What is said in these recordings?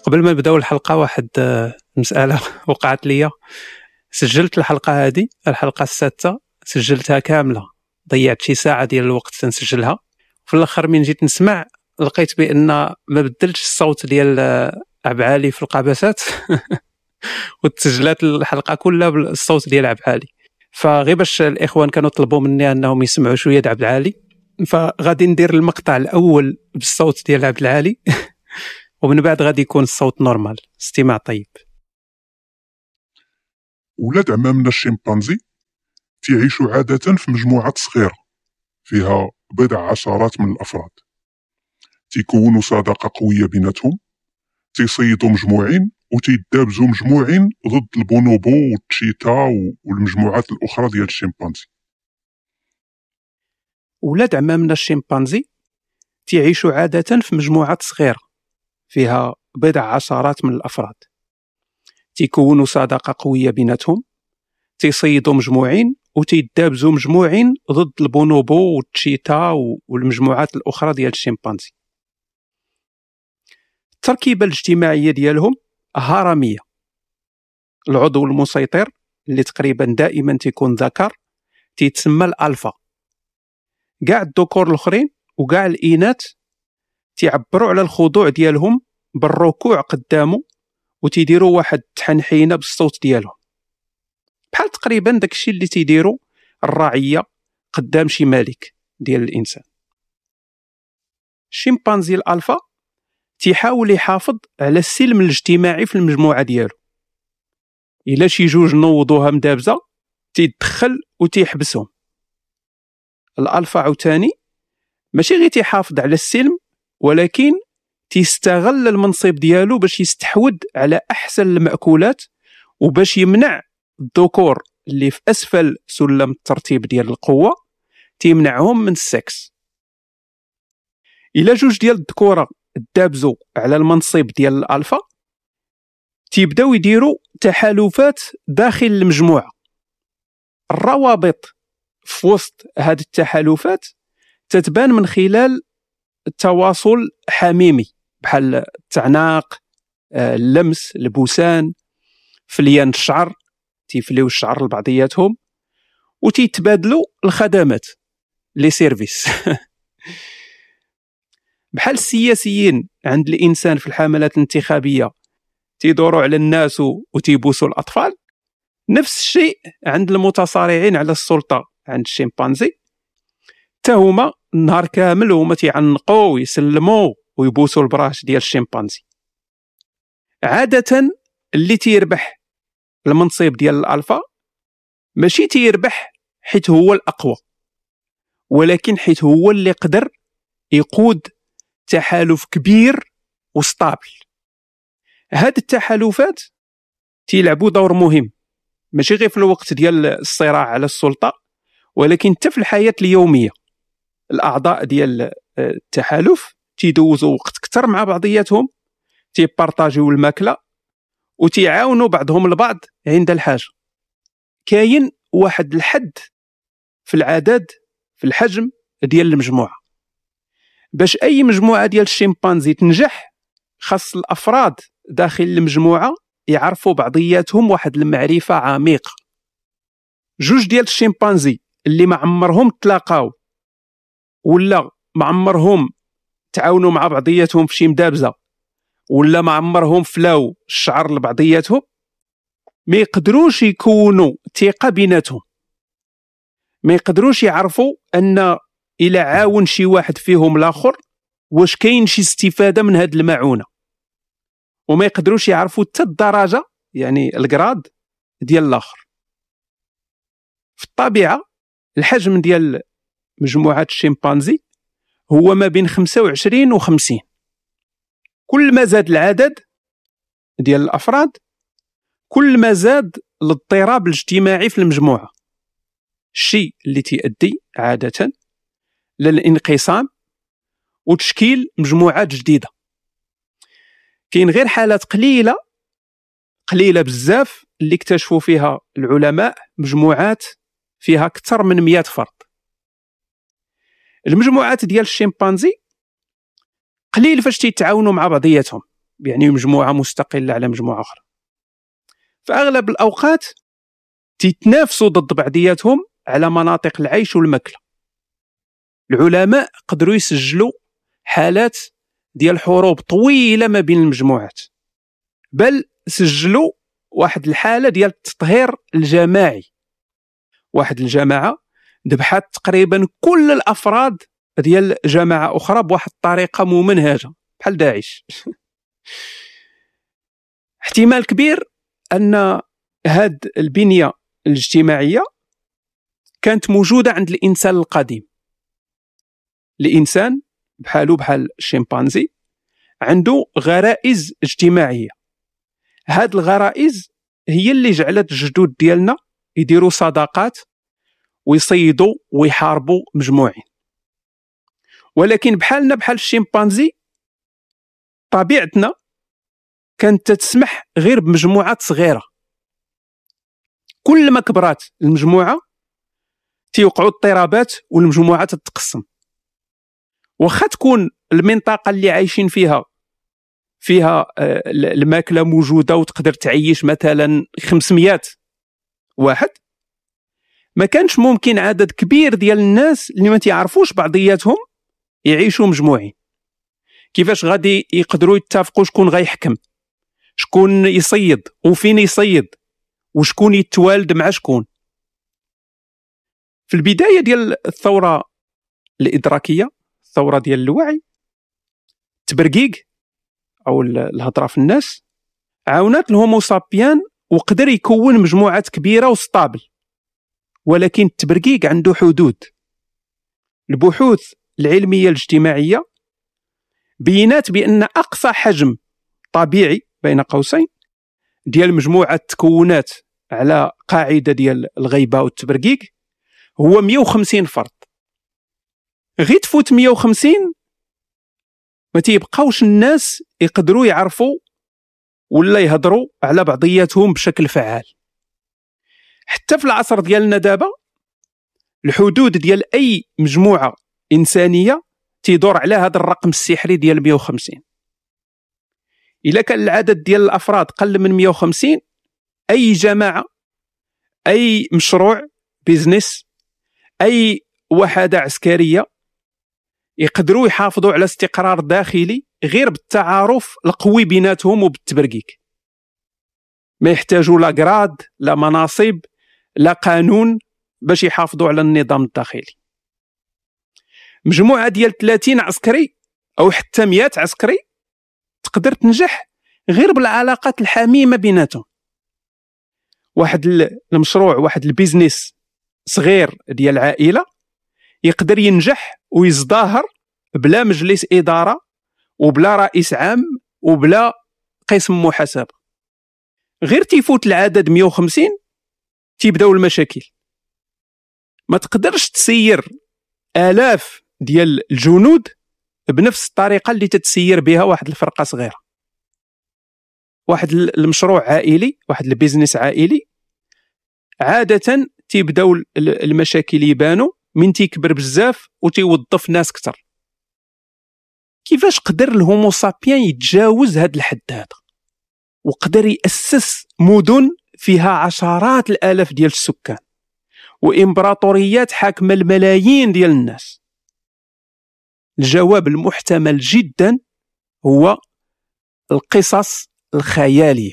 قبل ما نبداو الحلقه واحد مساله وقعت لي. سجلت الحلقه هذه، الحلقه السادسه، سجلتها كامله، ضيعت شي ساعه ديال الوقت تنسجلها. في الاخر من جيت نسمع لقيت بان ما بدلتش الصوت ديال عبد علي في القبسات وتسجلت الحلقه كلها بالصوت ديال عبد علي. فغير باش الاخوان كانوا طلبوا مني انهم يسمعوا شويه د عبد علي، فغادي ندير المقطع الاول بالصوت ديال عبد العالي ومن بعد غادي يكون الصوت نورمال. استماع طيب. ولاد عمامنا الشمبانزي تعيشوا عادة في مجموعات صغيرة فيها بضع عشرات من الأفراد، تيكونوا صداقة قوية بيناتهم، تيصيدوا مجموعين وتيدابزوا مجموعين ضد البونوبو والتشيتا والمجموعات الأخرى ديال الشمبانزي. ولاد عمامنا الشمبانزي تعيشوا عادة في مجموعات صغيرة فيها بضع عشرات من الأفراد، تيكونوا صداقة قوية بيناتهم، تيصيدوا مجموعين وتيدابزوا مجموعين ضد البونوبو والتشيتا والمجموعات الأخرى ديال الشمبانزي. التركيبة الاجتماعية ديالهم هرمية. العضو المسيطر اللي تقريبا دائما تيكون ذكر تيتسمى الألفا. كاع الذكور الآخرين وكاع الإناث تيعبروا على الخضوع ديالهم بالركوع قدامه وتيديروا واحد التحنحينه بالصوت ديالهم، بحال تقريبا داكشي اللي تيديروا الرعيه قدام شي ملك ديال الانسان. الشمبانزي الالفا تيحاول يحافظ على السلم الاجتماعي في المجموعه ديالو. الا شي جوج نوضوها مدابزه تيدخل وتيحبسهم. الالفا عاوتاني ماشي غير تيحافظ على السلم، ولكن تيستغل المنصب ديالو باش يستحوذ على احسن المأكولات وباش يمنع الذكور اللي في اسفل سلم الترتيب ديال القوه، تيمنعهم من السكس. الا جوج ديال الذكوره دابزوا على المنصب ديال الالفا تيبداو يديروا تحالفات داخل المجموعه. الروابط في وسط هذه التحالفات تتبان من خلال التواصل حميمي بحال التعناق، اللمس، البوسان، فليان الشعر، تيفليو الشعر لبعضياتهم وتيتبادلوا الخدمات لي سيرفيس بحال السياسيين عند الانسان في الحملات الانتخابيه تيدوروا على الناس وتيبوسوا الاطفال، نفس الشيء عند المتصارعين على السلطه عند الشمبانزي. حتى هما النهار كامل هما تيعنقوا ويسلموا ويبوسوا البراش ديال الشمبانزي. عاده اللي تيربح المنصب ديال الالفا ماشي تيربح حيت هو الاقوى، ولكن حيت هو اللي قدر يقود تحالف كبير وستابل. هاد التحالفات تيلعبوا دور مهم ماشي غير في الوقت ديال الصراع على السلطه، ولكن حتى في الحياه اليوميه. الاعضاء ديال التحالف تيدوزوا وقت اكثر مع بعضياتهم، تيبارطاجيو الماكله وتيعاونوا بعضهم البعض عند الحاجه. كاين واحد الحد في العدد في الحجم ديال المجموعه. باش اي مجموعه ديال الشمبانزي تنجح خاص الافراد داخل المجموعه يعرفوا بعضياتهم واحد المعرفه عميقه. جوج ديال الشمبانزي اللي ما عمرهم تلاقاو ولا ما عمرهم تعاونوا مع بعضياتهم في شي مدابزه ولا ما عمرهم فلاو الشعر لبعضياتهم ما يقدروش يكونوا ثقه بيناتهم، ما يقدروش يعرفوا ان الى عاون شي واحد فيهم الاخر واش كاين شي استفاده من هاد المعونه، وما يقدروش يعرفوا حتى الدرجه يعني الجراد ديال الاخر. في الطبيعه الحجم ديال مجموعه الشمبانزي هو ما بين 25 و 50. كل ما زاد العدد ديال الافراد كل ما زاد الاضطراب الاجتماعي في المجموعه، الشيء اللي تؤدي عاده للانقسام وتشكيل مجموعات جديده. كاين غير حالات قليله بزاف اللي اكتشفوا فيها العلماء مجموعات فيها اكثر من 100 فرد. المجموعات ديال الشمبانزي قليل فاش تيتعاونوا مع بعضياتهم، يعني مجموعة مستقلة على مجموعة أخرى. في أغلب الأوقات تتنافسوا ضد بعضياتهم على مناطق العيش والماكلة. العلماء قدروا يسجلوا حالات ديال حروب طويلة ما بين المجموعات، بل سجلوا واحد الحالة ديال التطهير الجماعي. واحد الجماعة ذبحت تقريبا كل الأفراد ديال جماعة أخرى بواحد الطريقة ممنهجة بحال داعش. احتمال كبير أن هاد البنية الاجتماعية كانت موجودة عند الإنسان القديم. الإنسان بحال الشمبانزي عنده غرائز اجتماعية. هاد الغرائز هي اللي جعلت الجدود ديالنا يديروا صداقات ويصيدوا ويحاربوا مجموعين. ولكن بحال الشمبانزي طبيعتنا كانت تسمح غير بمجموعات صغيرة. كل ما كبرات المجموعة تيوقعوا اضطرابات والمجموعة تتقسم. واخا تكون المنطقة اللي عايشين فيها الماكلة موجودة وتقدر تعيش مثلا 500 واحد، ما كانش ممكن عدد كبير ديال الناس اللي ما تعرفوش بعضياتهم يعيشوا مجموعين. كيفاش غادي يقدروا يتفقوا شكون غيحكم، شكون يصيد وفين يصيد، وشكون يتوالد مع شكون؟ في البداية ديال الثورة الإدراكية، الثورة ديال الوعي، التبرقيق أو الهضرة في الناس عاونات الهومو سابيان وقدر يكون مجموعات كبيرة وستابل. ولكن التبرقيق عنده حدود. البحوث العلمية الاجتماعية بينات بأن أقصى حجم طبيعي بين قوسين ديال مجموعة تكونات على قاعدة ديال الغيبة والتبرقيق هو 150 فرد. غير تفوت 150 ما تيبقاوش الناس يقدروا يعرفوا ولا يهضروا على بعضياتهم بشكل فعال. حتى في العصر ديالنا دابا الحدود ديال أي مجموعة إنسانية تيدور على هذا الرقم السحري ديال 150. إلا كان العدد ديال الأفراد قل من 150، أي جماعة، أي مشروع بيزنس، أي وحدة عسكرية يقدروا يحافظوا على استقرار داخلي غير بالتعارف القوي بيناتهم وبالتبرقيق. ما يحتاجوا لا قراد، لا مناصب، لا قانون باش يحافظوا على النظام الداخلي. مجموعة ديال 30 عسكري أو حتى 100 عسكري تقدر تنجح غير بالعلاقات الحميمة بيناتهم. واحد المشروع، واحد البيزنس صغير ديال العائلة يقدر ينجح ويزدهر بلا مجلس إدارة وبلا رئيس عام وبلا قسم محاسبة. غير تيفوت العدد 150 تيبداو المشاكل. ما تقدرش تسير آلاف ديال الجنود بنفس الطريقة اللي تتسير بها واحد الفرقة صغيرة. واحد المشروع عائلي، واحد البيزنس عائلي، عادة تيبداو المشاكل يبانوا من تيكبر بزاف وتيوظف ناس كتر. كيفاش قدر الهومو سابيان يتجاوز هذا الحد هذا وقدر يأسس مدن فيها عشرات الآلاف ديال السكان وإمبراطوريات حاكمة الملايين ديال الناس؟ الجواب المحتمل جدا هو القصص الخيالية.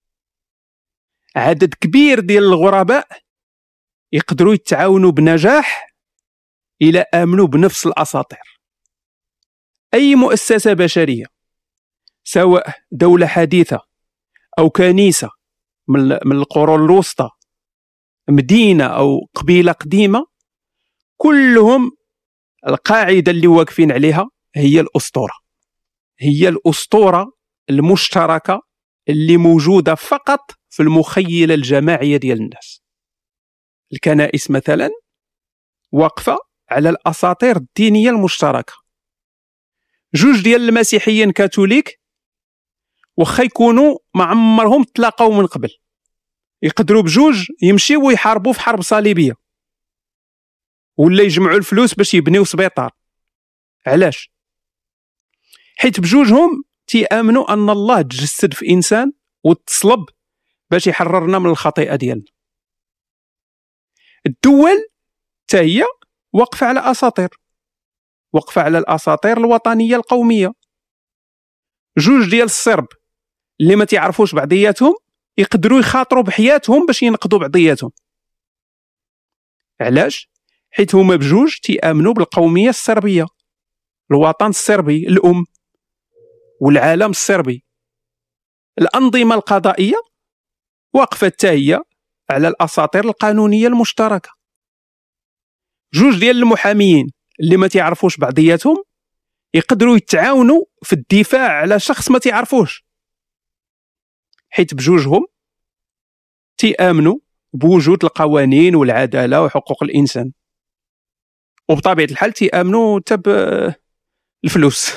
عدد كبير ديال الغرباء يقدروا يتعاونوا بنجاح إلى آمنوا بنفس الأساطير. أي مؤسسة بشرية، سواء دولة حديثة أو كنيسة من القرون الوسطى، مدينة أو قبيلة قديمة، كلهم القاعدة اللي واقفين عليها هي الأسطورة. هي الأسطورة المشتركة اللي موجودة فقط في المخيلة الجماعية ديال الناس. الكنائس مثلا واقفة على الأساطير الدينية المشتركة. جوج ديال المسيحيين كاثوليك واخا يكونوا ما عمرهم تلاقاو من قبل، يقدروا بجوج يمشيو ويحاربوا في حرب صليبية ولا يجمعوا الفلوس باش يبنيو سبيطار. علاش؟ حيت بجوجهم تيامنوا ان الله تجسد في انسان وتصلب باش يحررنا من الخطيئه ديالنا. الدول حتى هي واقفه على اساطير، واقفه على الاساطير الوطنيه القوميه. جوج ديال الصرب اللي ما تعرفوش بعضياتهم يقدروا يخاطروا بحياتهم باش ينقذوا بعضياتهم. علاش؟ حيت هما بجوج تيامنوا بالقوميه الصربيه، الوطن الصربي، الام والعالم الصربي. الانظمه القضائيه واقفه حتى هي على الاساطير القانونيه المشتركه. جوج ديال المحاميين اللي ما تعرفوش بعضياتهم يقدروا يتعاونوا في الدفاع على شخص ما تعرفوش، حيت بجوجهم تيامنوا بوجود القوانين والعداله وحقوق الانسان، وبطبيعه الحال تيامنوا حتى بالفلوس.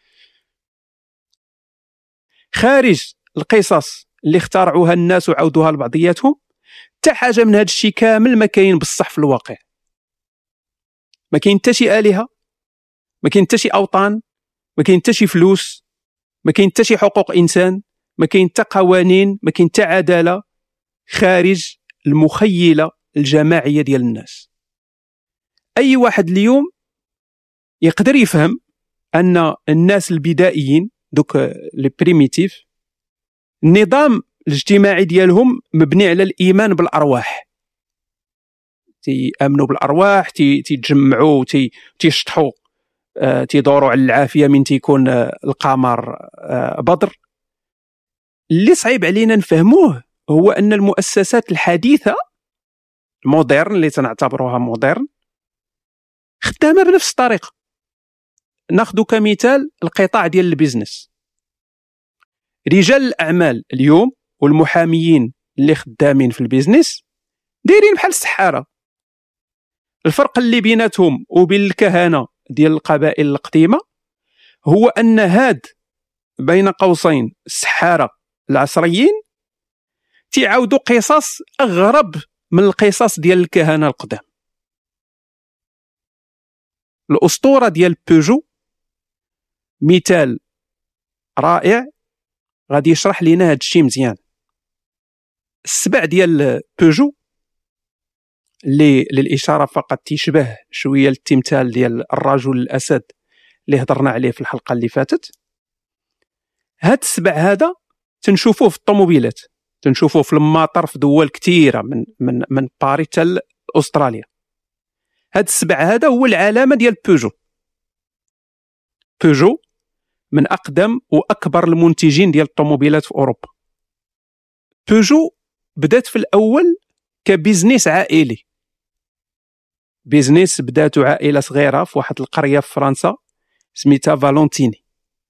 خارج القصص اللي اخترعوها الناس وعاودوها لبعضياتهم، حتى حاجه من هذا الشيء كامل ما كاين بصح في الواقع. ما كاين حتى شي آلهة، ما كاين حتى شي أوطان، ما كاين حتى شي فلوس، ما كاين حتى شي حقوق إنسان، ما كاين حتى قوانين، ما كاين حتى عدالة خارج المخيلة الجماعية ديال الناس. أي واحد اليوم يقدر يفهم أن الناس البدائيين دوك لي بريميتيف النظام الاجتماعي ديالهم مبني على الإيمان بالأرواح. تيامنوا بالارواح، تيتجمعوا، تيشطحوا، تيدوروا على العافيه من تيكون القمر بدر. اللي صعيب علينا نفهموه هو ان المؤسسات الحديثه المودرن اللي تنعتبروها مودرن خدامه بنفس الطريقه. ناخذ كمثال القطاع ديال البيزنس. رجال الاعمال اليوم والمحاميين اللي خدامين في البيزنس دايرين بحال السحاره. الفرق اللي بيناتهم وبين الكهنه ديال القبائل القديمه هو ان هاد بين قوسين السحاره العصريين تيعاودوا قصص اغرب من القصص ديال الكهنه القدام. الاسطوره ديال بيجو مثال رائع غادي يشرح لنا هاد الشيء مزيان. السبع ديال بيجو اللي للاشاره فقط تيشبه شويه التمثال ديال الرجل الاسد اللي هضرنا عليه في الحلقه اللي فاتت. هاد السبع هذا تنشوفوه في الطوموبيلات، تنشوفوه في المطار في دول كثيره من باريس حتى استراليا. هاد السبع هذا هو العلامه ديال بيجو. بيجو من اقدم واكبر المنتجين ديال الطوموبيلات في اوروبا. بيجو بدات في الاول كبزنس عائلي، بيزنس بداتو عائله صغيره في واحد القريه في فرنسا سميتها فالونتيني.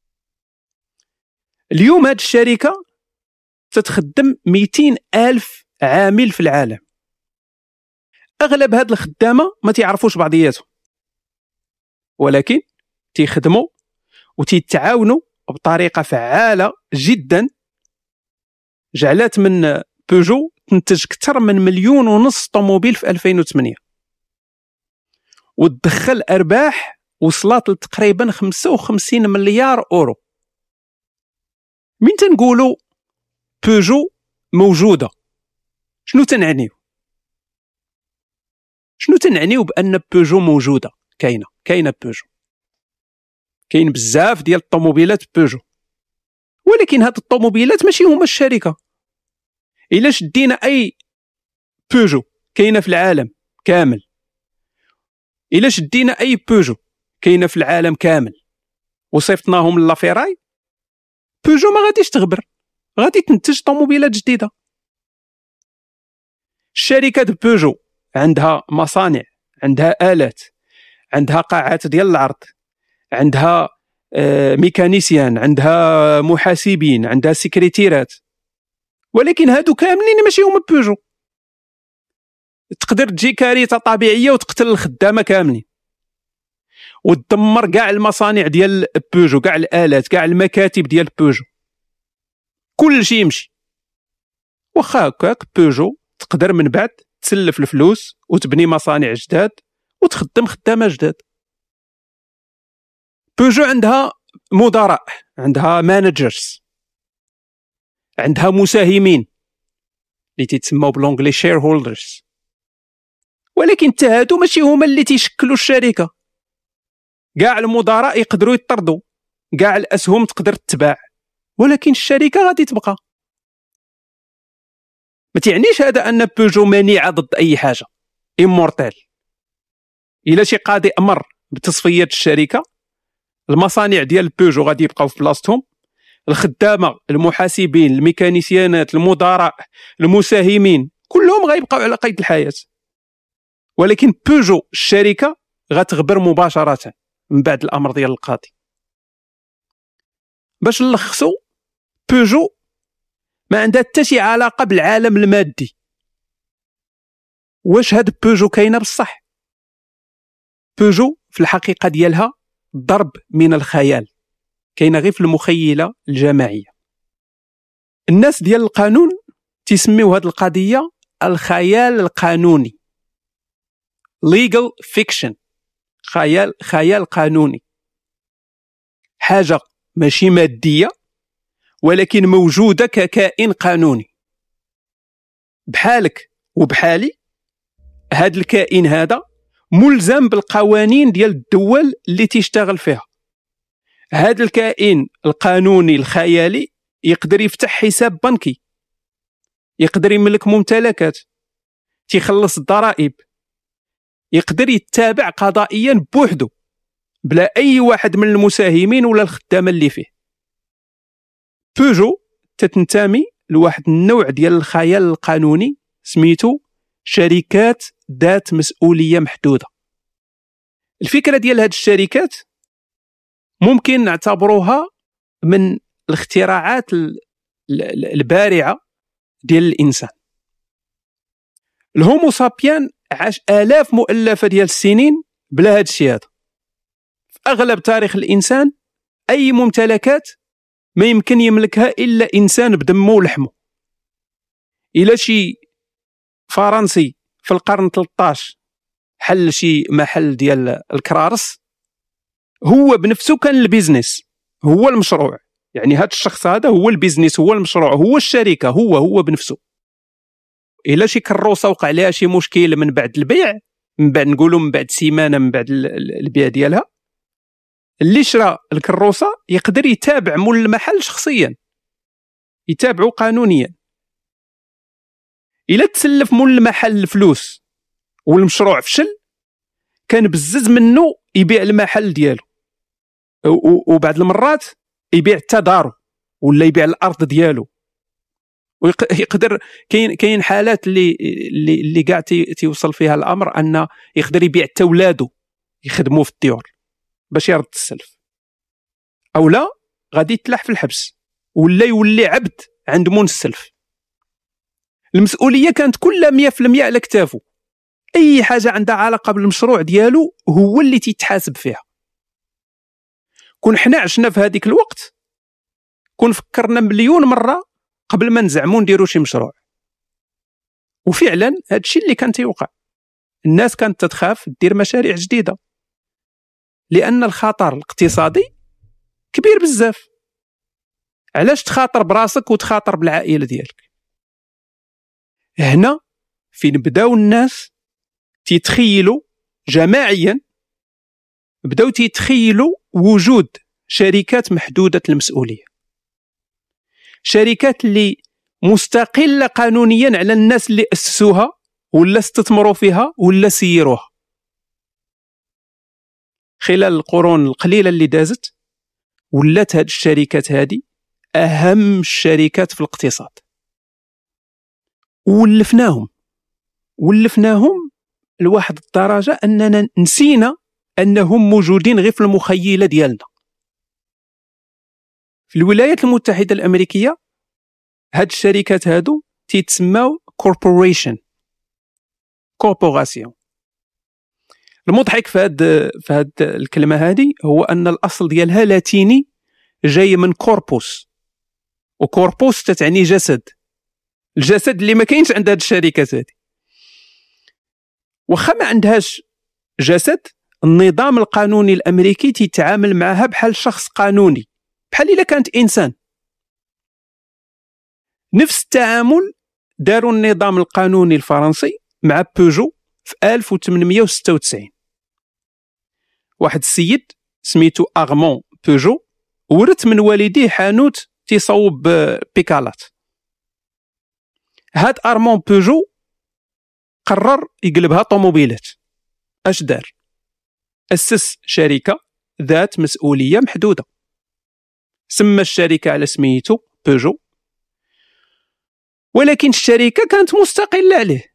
اليوم هاد الشركه تتخدم 200,000 عامل في العالم. اغلب هاد الخدامه ما تعرفوش بعضياتهم، ولكن تيخدموا وتيتعاونوا بطريقه فعاله جدا، جعلت من بيجو تنتج اكثر من 1.5 مليون طوموبيل في 2008، وتدخل ارباح وصلت لتقريبا 55 مليار اورو. من تنقولوا بيجو موجوده شنو تنعنيو؟ شنو تنعنيو بان بيجو موجوده؟ كاينه بيجو، كاين بزاف ديال الطوموبيلات بيجو، ولكن هاد الطوموبيلات ماشي هما الشركه. الا شدينا اي بيجو كاينه في العالم كامل، الا شدينا اي بيجو كاينه في العالم كامل وصيفطناهم لافيراي، بيجو ما غاديش تغبر، غادي تنتج طوموبيلات جديده. الشركات بيجو عندها مصانع، عندها آلات، عندها قاعات ديال العرض، عندها ميكانيسيان، عندها محاسبين، عندها سكرتيرات، ولكن هادو كاملين ماشي هما بيجو. تقدر تجي كارثه طبيعيه وتقتل الخدامه كاملين وتدمر كاع المصانع ديال بيجو، كاع الآلات، كاع المكاتب ديال بيجو، كل شيء يمشي. واخا هكاك بيجو تقدر من بعد تسلف الفلوس وتبني مصانع جداد وتخدم خدامه جداد. بيجو عندها مدراء، عندها مانجرز، عندها مساهمين اللي تيتسموا بالونجلي شير هولدرز، ولكن حتى هادو ماشي هما اللي تيشكلوا الشركه. كاع المدراء يقدروا يطردوا، كاع الاسهم تقدر تتباع، ولكن الشركه غادي تبقى. ما تعنيش هذا ان بيجو مانعه ضد اي حاجه، امورتال. الا شي قاضي امر بتصفيه الشركه، المصانع ديال بيجو غادي يبقاو في بلاصتهم، الخدامه، المحاسبين، الميكانيسيانات، المدراء، المساهمين، كلهم غيبقاو على قيد الحياه. ولكن بيجو الشركه غتغبر مباشره من بعد الامر ديال القاضي. باش نلخصوا، بيجو ما عندها حتى شي علاقه بالعالم المادي. واش هاد بيجو كاينه بصح؟ بيجو في الحقيقه ديالها ضرب من الخيال، كاينه غير في المخيله الجماعيه. الناس ديال القانون تسميو هاد القضيه الخيال القانوني، legal fiction، خيال قانوني، حاجه ماشي ماديه ولكن موجوده ككائن قانوني بحالك وبحالي. هاد الكائن هذا ملزم بالقوانين ديال الدول اللي تيشتغل فيها. هاد الكائن القانوني الخيالي يقدر يفتح حساب بنكي، يقدر يملك ممتلكات، تيخلص الضرائب، يقدر يتابع قضائيا بوحده بلا اي واحد من المساهمين ولا الخدامه اللي فيه. بيجو تتنتمي لواحد النوع ديال الخيال القانوني سميتو شركات ذات مسؤوليه محدوده. الفكره ديال هاد الشركات ممكن نعتبروها من الاختراعات البارعه ديال الانسان. الهومو سابيان عاش آلاف مؤلفه ديال السنين بلا هاد الشيء هذا. في اغلب تاريخ الانسان اي ممتلكات ما يمكن يملكها الا انسان بدمه ولحمه. الا شي فرنسي في القرن 13 حل شي محل ديال الكرارس، هو بنفسه كان البيزنس، هو المشروع. يعني هذا الشخص هذا هو البيزنس، هو المشروع، هو الشركه، هو بنفسه. الا شي كروسه وقع لها شي مشكل من بعد البيع، من بعد نقولوا من بعد سيمانه من بعد البيع ديالها، اللي شرى الكروسه يقدر يتابع مول المحل شخصيا، يتابعه قانونيا. الا تسلف مول المحل الفلوس والمشروع فشل، كان بزز منه يبيع المحل ديالو، وبعد المرات يبيع حتى دارو ولا يبيع الارض ديالو. ويقدر كاين حالات اللي كاع تيوصل فيها الامر ان يقدر يبيع حتى ولادو يخدموا في الديور باش يرد السلف، او لا غادي يتلح في الحبس ولا يولي عبد عند مون السلف. المسؤوليه كانت كلها 100% على كتافه. اي حاجه عندها علاقه بالمشروع ديالو هو اللي تيتحاسب فيها. كون حنا عشنا في هذيك الوقت كون فكرنا مليون مره قبل ما نزعموا نديروا شي مشروع. وفعلا هذا الشيء اللي كان تيوقع. الناس كانت تتخاف دير مشاريع جديده لان الخطر الاقتصادي كبير بزاف. علاش تخاطر براسك وتخاطر بالعائله ديالك؟ هنا فين بداو الناس تيتخيلوا جماعيا، بداو تيتخيلوا وجود شركات محدوده المسؤوليه، شركات اللي مستقله قانونيا على الناس اللي اسسوها ولا استثمروا فيها ولا سيروها. خلال القرون القليله اللي دازت ولات هاد الشركات هذه اهم الشركات في الاقتصاد. ولفناهم لواحد الدرجه اننا نسينا انهم موجودين غير في المخيله ديالنا. في الولايات المتحده الامريكيه هاد الشركات هادو تيتسماو كوربوراسيون. المضحك في هاد الكلمه هذه هو ان الاصل ديالها لاتيني، جاي من كوربوس، وكوربوس تتعني جسد، الجسد اللي ما كاينش عند هاد الشركات هذه. واخا ما عندهاش جسد النظام القانوني الامريكي تيتعامل معها بحال شخص قانوني، بحال الا كانت انسان. نفس التعامل داروا النظام القانوني الفرنسي مع بيجو في 1896. واحد السيد سميتو أغمون بيجو ورث من والديه حانوت تيصوب بيكالات. هاد أرمون بيجو قرر يقلبها طوموبيلات. اش دار؟ أسس شركة ذات مسؤولية محدودة، سمى الشركة على سميتو بيجو، ولكن الشركة كانت مستقلة عليه.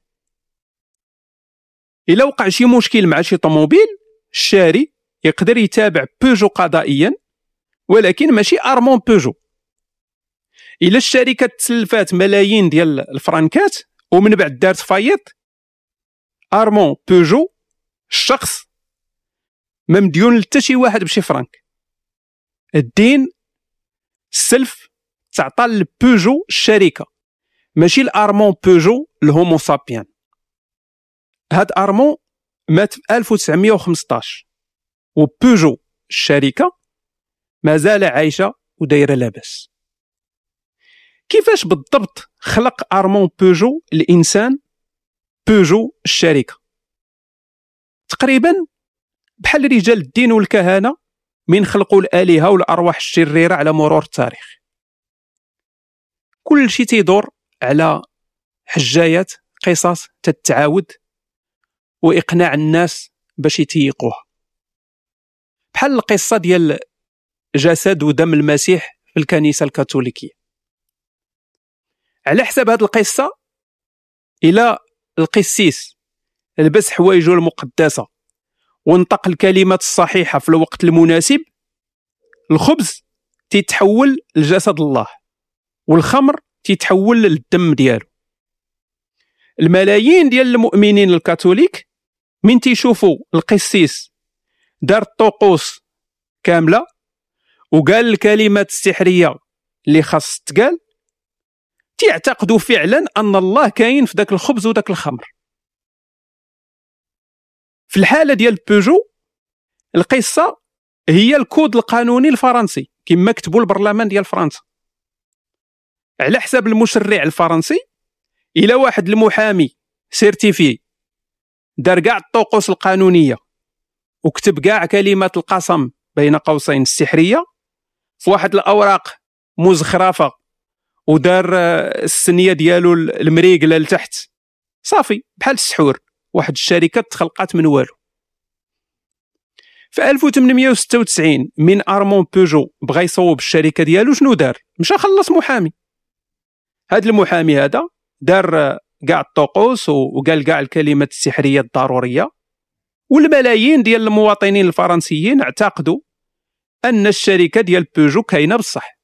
إلا وقع شي مشكل مع شي طوموبيل، الشاري يقدر يتابع بيجو قضائيا، ولكن ماشي أرمون بيجو. إلا الشركة تسلفات ملايين ديال الفرنكات ومن بعد دارت فايت، أرمون بيجو الشخص ما مديون لتا شي واحد بشي فرانك. الدين السلف تعطى لبيجو الشركة، ماشي لأرمون بيجو الهومو سابيان. هاد أرمون مات في 1915 وبيجو الشركة مازال عايشة ودايرة لاباس. كيفاش بالضبط خلق أرمون بيجو الإنسان بيجو الشركة؟ تقريبا بحال رجال الدين والكهنة من خلقوا الآلهة والأرواح الشريرة على مرور التاريخ. كل شيء تيدور على حجايات، قصص تتعاود وإقناع الناس باش يتيقوها، بحال القصة ديال جسد ودم المسيح في الكنيسة الكاثوليكية. على حسب هذه القصة، إلى القسيس لبس حوايجه المقدسة وانطق الكلمات الصحيحة في الوقت المناسب، الخبز تيتحول لجسد الله والخمر تيتحول للدم ديالو. الملايين ديال المؤمنين الكاثوليك من تيشوفوا القسيس دار الطقوس كاملة وقال الكلمات السحرية اللي خاص تقال، تيعتقدوا فعلا أن الله كاين في داك الخبز وداك الخمر. في الحالة ديال بيجو القصة هي الكود القانوني الفرنسي كما كتبوا البرلمان ديال فرنسا. على حساب المشرع الفرنسي، إلا واحد المحامي سيرتيفي دار كاع الطقوس القانونية وكتب كاع كلمات القسم بين قوسين السحرية في واحد الأوراق مزخرفة ودار السنية ديالو المريقلة لتحت، صافي بحال السحور، واحد الشركة تخلقات من والو. في 1896 من أرمون بيجو بغى يصوب الشركة ديالو، شنو دار؟ مشى خلص محامي. هذا المحامي هذا دار كاع الطقوس وقال كاع الكلمات السحرية الضرورية، والملايين ديال المواطنين الفرنسيين اعتقدوا أن الشركة ديال بيجو كاينة بصح.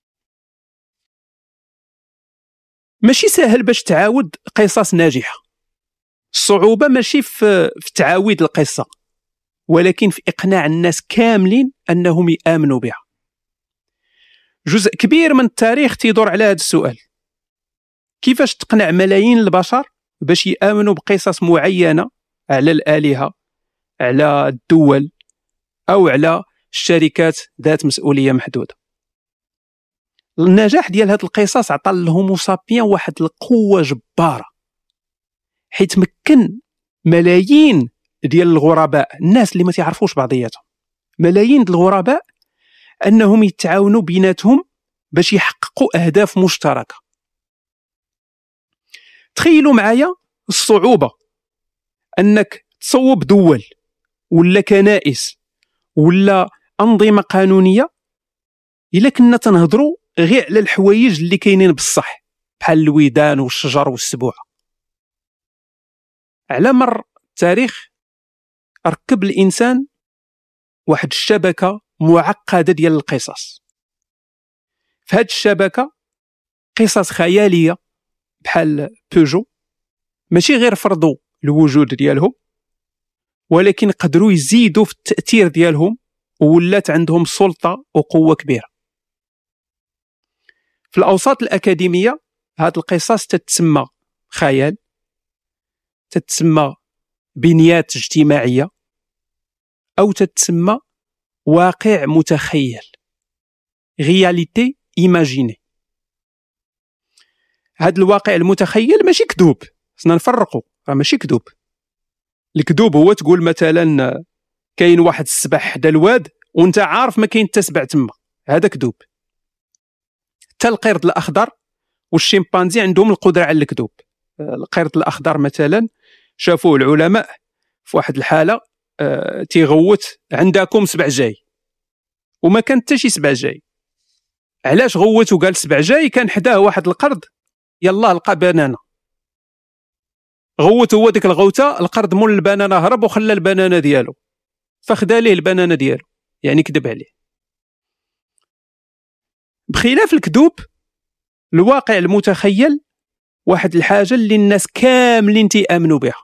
ماشي سهل باش تعاود قصص ناجحة، الصعوبة ماشي في تعاويد القصة، ولكن في إقناع الناس كاملين أنهم يآمنوا بها. جزء كبير من التاريخ تيدور على هذا السؤال: كيفاش تقنع ملايين البشر باش يآمنوا بقصص معينة على الآلهة، على الدول، أو على الشركات ذات مسؤولية محدودة؟ النجاح ديال هاد القصص عطى الهومو سابيان واحد القوة جبارة، حيت مكن ملايين ديال الغرباء، الناس اللي ما تعرفوش بعضياتهم، ملايين ديال الغرباء، أنهم يتعاونوا بيناتهم باش يحققوا أهداف مشتركة. تخيلوا معايا الصعوبة أنك تصوب دول ولا كنائس ولا أنظمة قانونية إلا كنا تنهضروا غير على الحوايج اللي كاينين بصح، بحال الودان والشجر والسبوعة. على مر التاريخ ركب الإنسان واحد الشبكة معقدة ديال القصص. في هذه الشبكة قصص خيالية بحال بيجو ماشي غير فرضوا الوجود ديالهم، ولكن قدروا يزيدوا في التأثير ديالهم وولات عندهم سلطة وقوة كبيرة. في الأوساط الأكاديمية هاد القصص تتسمى خيال، تتسمى بنيات اجتماعية، أو تتسمى واقع متخيل، غياليتي إيماجيني. هاد الواقع المتخيل ماشي كذوب، خصنا نفرقوا، راه ماشي كذوب. الكذوب هو تقول مثلا كاين واحد السبع حدا الواد وانت عارف ما كاين حتى سبع تما، هذا كذوب. حتى القرد الاخضر والشيمبانزي عندهم القدره على الكذوب. القرد الاخضر مثلا شافوه العلماء في واحد الحاله تيغوت عندكم سبع جاي، وما كان حتى شي سبع جاي. علاش غوت وقال سبع جاي؟ كان حداه واحد القرد يلا لقى بنانه، غوت هو ديك الغوته، القرد مول البنانه هرب وخلى البنانه ديالو، فخدا ليه البنانه ديالو، يعني كذب عليه. بخلاف الكذوب، الواقع المتخيل واحد الحاجه اللي الناس كاملين تيامنوا بها،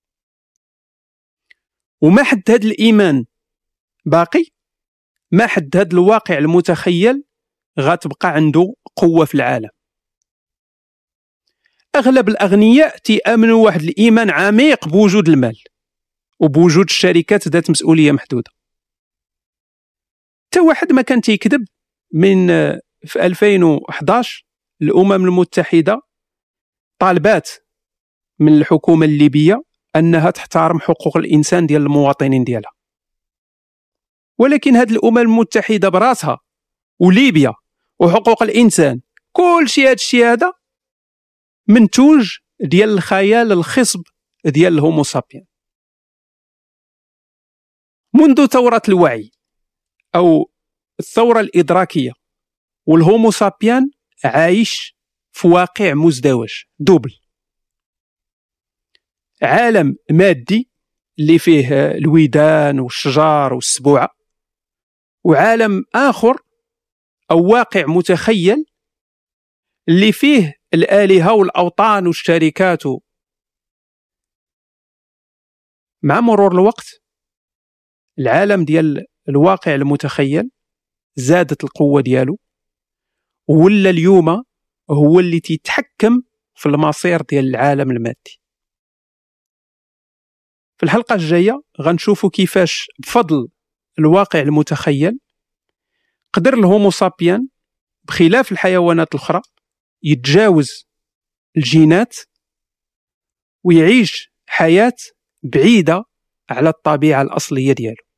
وما حد هذا الايمان باقي، ما حد هذا الواقع المتخيل غتبقى عنده قوه في العالم. اغلب الاغنياء تيامنوا واحد الايمان عميق بوجود المال وبوجود الشركات ذات مسؤوليه محدوده. حتى واحد ما كان تيكذب. من في 2011 الامم المتحده طالبات من الحكومه الليبيه انها تحترم حقوق الانسان ديال المواطنين ديالها، ولكن هذه الامم المتحده براسها وليبيا وحقوق الانسان كل شيء، هذا الشيء هذا منتوج ديال الخيال الخصب ديال الهومو سابيان. منذ ثورة الوعي أو الثورة الإدراكية، والهومو سابيان عايش في واقع مزدوج دوبل، عالم مادي اللي فيه الودان والشجار والسبوعة، وعالم آخر أو واقع متخيل اللي فيه الآلهة والأوطان والشركات. مع مرور الوقت العالم ديال الواقع المتخيل زادت القوة ديالو، ولا اليوم هو اللي تيتحكم في المصير ديال العالم المادي. في الحلقة الجاية غنشوفوا كيفاش بفضل الواقع المتخيل قدر الهومو سابيان بخلاف الحيوانات الأخرى يتجاوز الجينات ويعيش حياة بعيدة على الطبيعة الأصلية ديالو.